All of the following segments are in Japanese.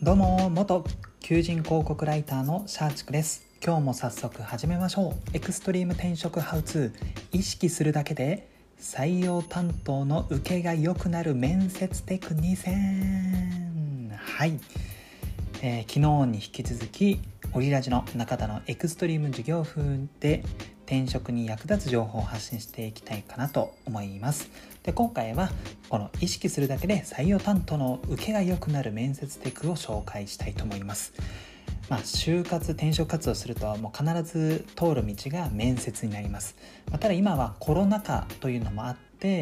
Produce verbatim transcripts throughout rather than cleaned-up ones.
どうも、元求人広告ライターのシャーチクです。今日も早速始めましょう。エクストリーム転職ハウツー、意識するだけで採用担当の受けが良くなる面接テクに選。はい、えー、昨日に引き続きオリラジの中田のエクストリーム授業風で転職に役立つ情報を発信していきたいかなと思います。で、今回はこの意識するだけで採用担当の受けが良くなる面接テクを紹介したいと思います。まあ、就活転職活動するともう必ず通る道が面接になります。まあ、ただ今はコロナ禍というのもあって、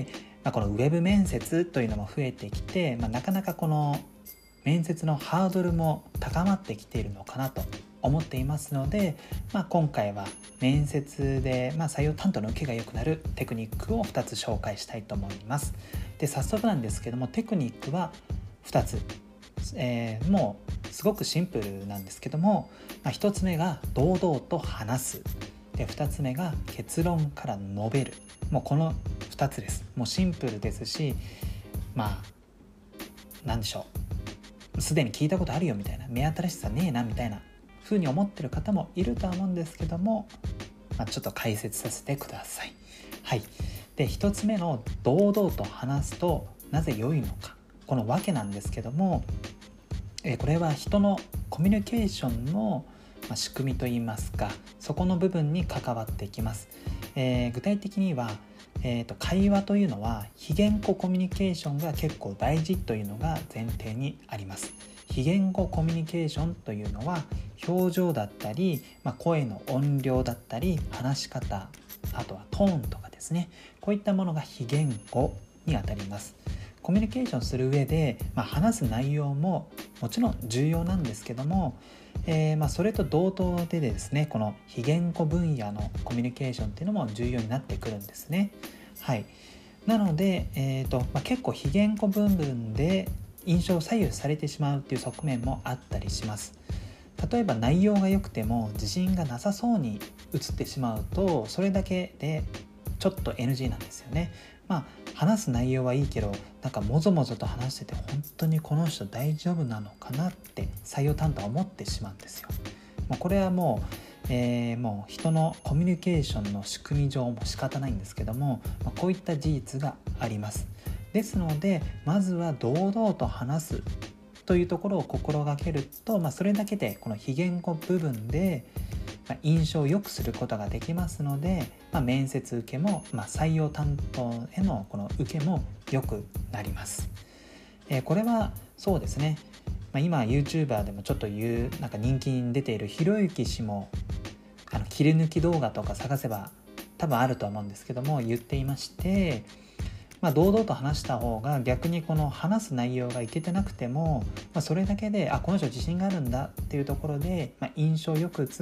まあ、このウェブ面接というのも増えてきて、まあ、なかなかこの面接のハードルも高まってきているのかなと思っていますので、まあ、今回は面接で、まあ、採用担当の受けが良くなるテクニックをふたつ紹介したいと思います。で、早速なんですけども、テクニックはふたつ、えー、もうすごくシンプルなんですけども、まあ、ひとつめが堂々と話す。で、ふたつめが結論から述べる。もうこのふたつです。もうシンプルですし、まあ何でしょう、すでに聞いたことあるよみたいな、目新しさねえなみたいなふうに思ってる方もいるとは思うんですけども、まあ、ちょっと解説させてください。はい。で、ひとつめの堂々と話すとなぜ良いのか、この訳なんですけども、えー、これは人のコミュニケーションの仕組みといいますか、そこの部分に関わってきます。えー、具体的には、えーと、会話というのは非言語コミュニケーションが結構大事というのが前提にあります。非言語コミュニケーションというのは表情だったり、まあ、声の音量だったり話し方、あとはトーンとかですね、こういったものが非言語にあたります。コミュニケーションする上で、まあ、話す内容ももちろん重要なんですけども、えーまあ、それと同等でですね、この非言語分野のコミュニケーションっていうのも重要になってくるんですね。はい。なので、えーとまあ、結構非言語部分で印象を左右されてしまうっていう側面もあったりします。例えば内容が良くても自信がなさそうに映ってしまうと、それだけでちょっと エヌジー なんですよね。まあ話す内容はいいけど、なんかもぞもぞと話してて本当にこの人大丈夫なのかなって採用担当は思ってしまうんですよ。もうこれはもう、えー、もう人のコミュニケーションの仕組み上も仕方ないんですけども、まあ、こういった事実があります。ですので、まずは堂々と話すというところを心がけると、まあ、それだけでこの非言語部分で印象を良くすることができますので、まあ、面接受けも、まあ、採用担当へのこの受けも良くなります。えー、これはそうですね、まあ、今 YouTuber でもちょっと言うなんか人気に出ているひろゆき氏もあの切り抜き動画とか探せば多分あると思うんですけども、言っていまして、まあ、堂々と話した方が逆にこの話す内容がいけてなくても、まあ、それだけであこの人自信があるんだっていうところで、まあ、印象よく映って、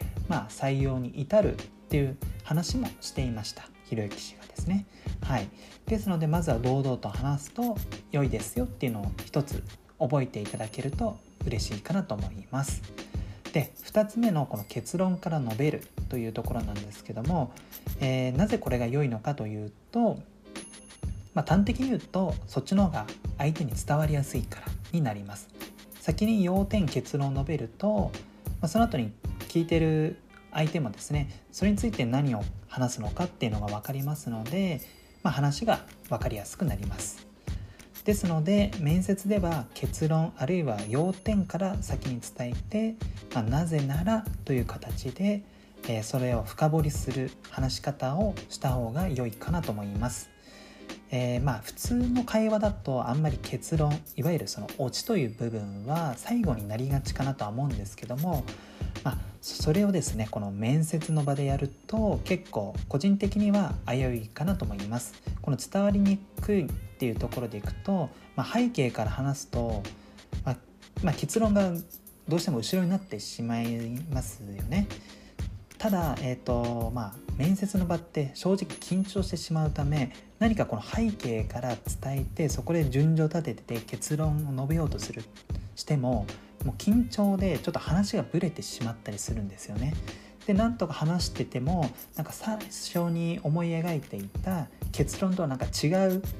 まあ、採用に至るっていう話もしていました、ひろゆき氏がですね。はい。ですので、まずは堂々と話すと良いですよっていうのを一つ覚えていただけると嬉しいかなと思います。で、ふたつめのこの結論から述べるというところなんですけども、えー、なぜこれが良いのかというと、まあ、端的に言うとそっちの方が相手に伝わりやすいからになります。先に要点結論を述べると、まあ、その後に聞いてる相手もですね、それについて何を話すのかっていうのが分かりますので、まあ、話が分かりやすくなります。ですので、面接では結論あるいは要点から先に伝えて、まあ、なぜならという形で、えー、それを深掘りする話し方をした方が良いかなと思います。えー、まあ普通の会話だとあんまり結論、いわゆるそのオチという部分は最後になりがちかなとは思うんですけども、まあ、それをですね、この面接の場でやると結構個人的には危ういかなと思います。この伝わりにくいっていうところでいくと、まあ、背景から話すと、まあまあ、結論がどうしても後ろになってしまいますよね。ただ、えーとまあ、面接の場って正直緊張してしまうため、何かこの背景から伝えてそこで順序立てて結論を述べようとするしても、もう緊張でちょっと話がブレてしまったりするんですよね。で、なんとか話しててもなんか最初に思い描いていた結論とはなんか違う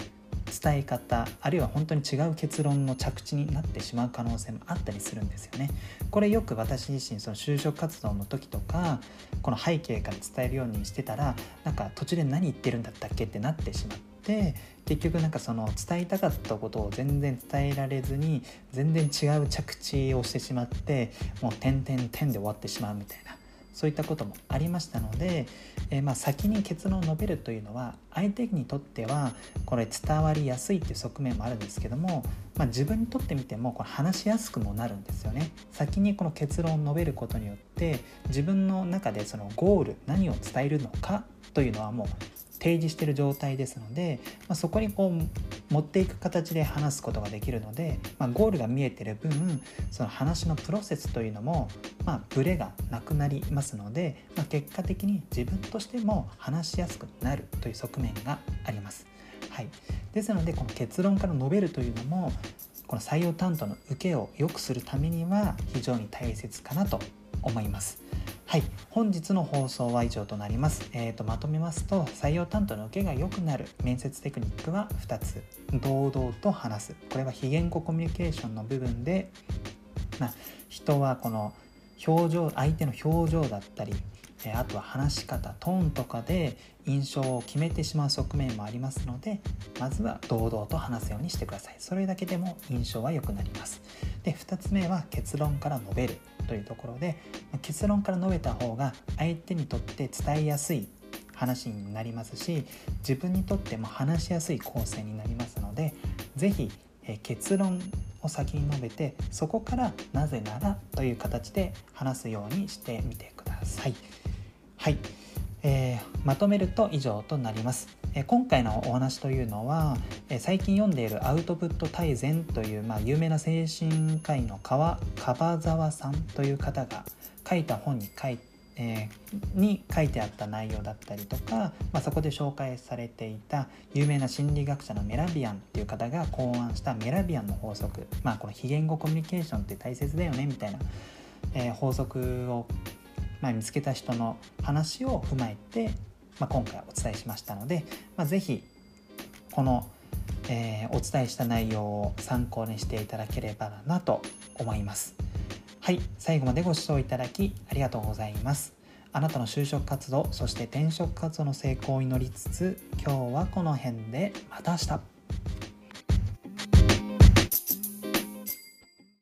伝え方、あるいは本当に違う結論の着地になってしまう可能性もあったりするんですよね。これよく私自身その就職活動の時とかこの背景から伝えるようにしてたら、なんか途中で何言ってるんだったっけってなってしまって、結局なんかその伝えたかったことを全然伝えられずに全然違う着地をしてしまって、もう点々点で終わってしまうみたいな、そういったこともありましたので、えー、まあ先に結論を述べるというのは相手にとってはこれ伝わりやすいという側面もあるんですけども、まあ、自分にとってみてもこれ話しやすくもなるんですよね。先にこの結論を述べることによって自分の中でそのゴール、何を伝えるのかというのはもう提示している状態ですので、まあ、そこにこう持っていく形で話すことができるので、まあ、ゴールが見えている分その話のプロセスというのもまあブレがなくなりますので、まあ、結果的に自分としても話しやすくなるという側面があります。はい、ですのでこの結論から述べるというのもこの採用担当の受けを良くするためには非常に大切かなと思います。はい、本日の放送は以上となります。えーと、まとめますと、採用担当の受けが良くなる面接テクニックはふたつ。堂々と話す。これは非言語コミュニケーションの部分で、まあ、人はこの表情、相手の表情だったり、あとは話し方、トーンとかで印象を決めてしまう側面もありますので、まずは堂々と話すようにしてください。それだけでも印象は良くなります。で、ふたつめは結論から述べるというところで、結論から述べた方が相手にとって伝えやすい話になりますし、自分にとっても話しやすい構成になりますので、ぜひ結論を先に述べて、そこからなぜならという形で話すようにしてみてください。はい、えー、まとめると以上となります。えー、今回のお話というのは、えー、最近読んでいるアウトプット大全という、まあ、有名な精神科医の川樺沢さんという方が書いた本に書いてえー、に書いてあった内容だったりとか、まあ、そこで紹介されていた有名な心理学者のメラビアンっていう方が考案したメラビアンの法則、まあ、この非言語コミュニケーションって大切だよねみたいな、えー、法則を、まあ、見つけた人の話を踏まえて、まあ、今回お伝えしましたので、まあ、ぜひこの、えー、お伝えした内容を参考にしていただければなと思います。はい、最後までご視聴いただきありがとうございます。あなたの就職活動、そして転職活動の成功を祈りつつ、今日はこの辺でまた明日。